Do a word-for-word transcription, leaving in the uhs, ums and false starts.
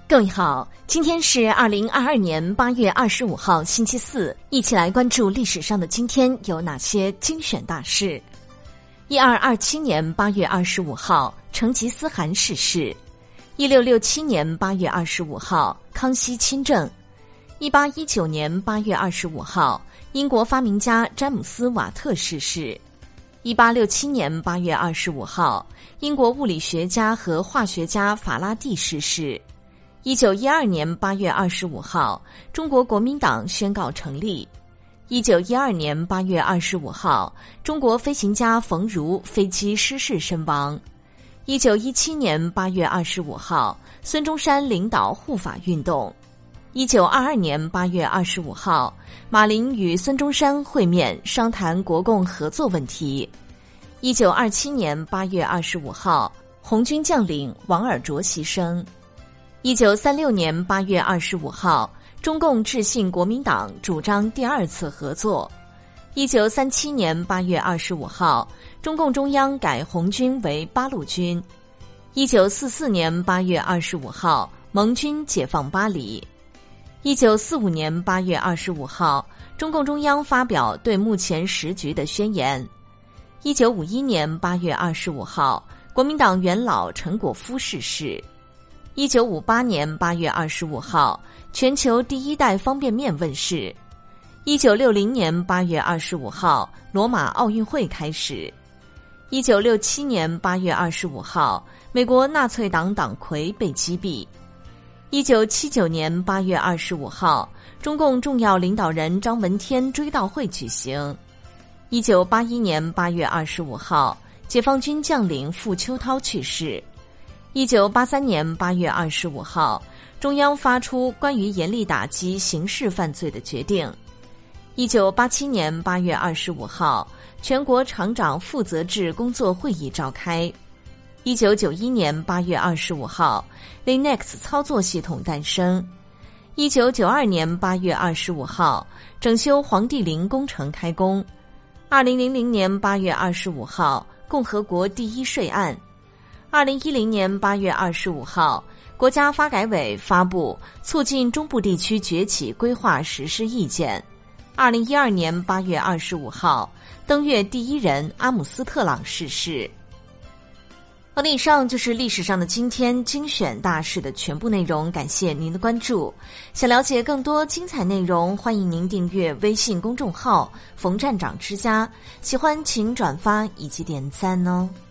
各位好，今天是二零二二年八月二十五号星期四，一起来关注历史上的今天有哪些精选大事。一二二七年八月二十五号，成吉思汗逝世。一六六七年八月二十五号，康熙亲政。一八一九年八月二十五号，英国发明家詹姆斯·瓦特逝世。一八六七年八月二十五号，英国物理学家和化学家法拉第逝世。一九一二年八月二十五号，中国国民党宣告成立。一九一二年八月二十五号，中国飞行家冯如飞机失事身亡。一九一七年八月二十五号，孙中山领导护法运动。一九二二年八月二十五号，马林与孙中山会面，商谈国共合作问题。一九二七年八月二十五号，红军将领王尔琢牺牲。一九三六年八月二十五号，中共致信国民党，主张第二次合作。一九三七年八月二十五号，中共中央改红军为八路军。一九四四年八月二十五号，盟军解放巴黎。一九四五年八月二十五号，中共中央发表对目前时局的宣言。一九五一年八月二十五号，国民党元老陈果夫逝世。一九五八年八月二十五号，全球第一代方便面问世。一九六零年八月二十五号，罗马奥运会开始。一九六七年八月二十五号，美国纳粹党党魁被击毙。一九七九年八月二十五号，中共重要领导人张闻天追悼会举行。一九八一年八月二十五号，解放军将领傅秋涛去世。一九八三年八月二十五号，中央发出关于严厉打击刑事犯罪的决定。一九八七年八月二十五号，全国厂长负责制工作会议召开。一九九一年八月二十五号 ，Linux 操作系统诞生。一九九二年八月二十五号，整修黄帝陵工程开工。二零零零年八月二十五号，共和国第一税案。二零一零年八月二十五号，国家发改委发布促进中部地区崛起规划实施意见。二零一二年八月二十五号，登月第一人阿姆斯特朗逝世。好的，以上就是历史上的今天精选大事的全部内容，感谢您的关注。想了解更多精彩内容，欢迎您订阅微信公众号冯站长之家，喜欢请转发以及点赞哦。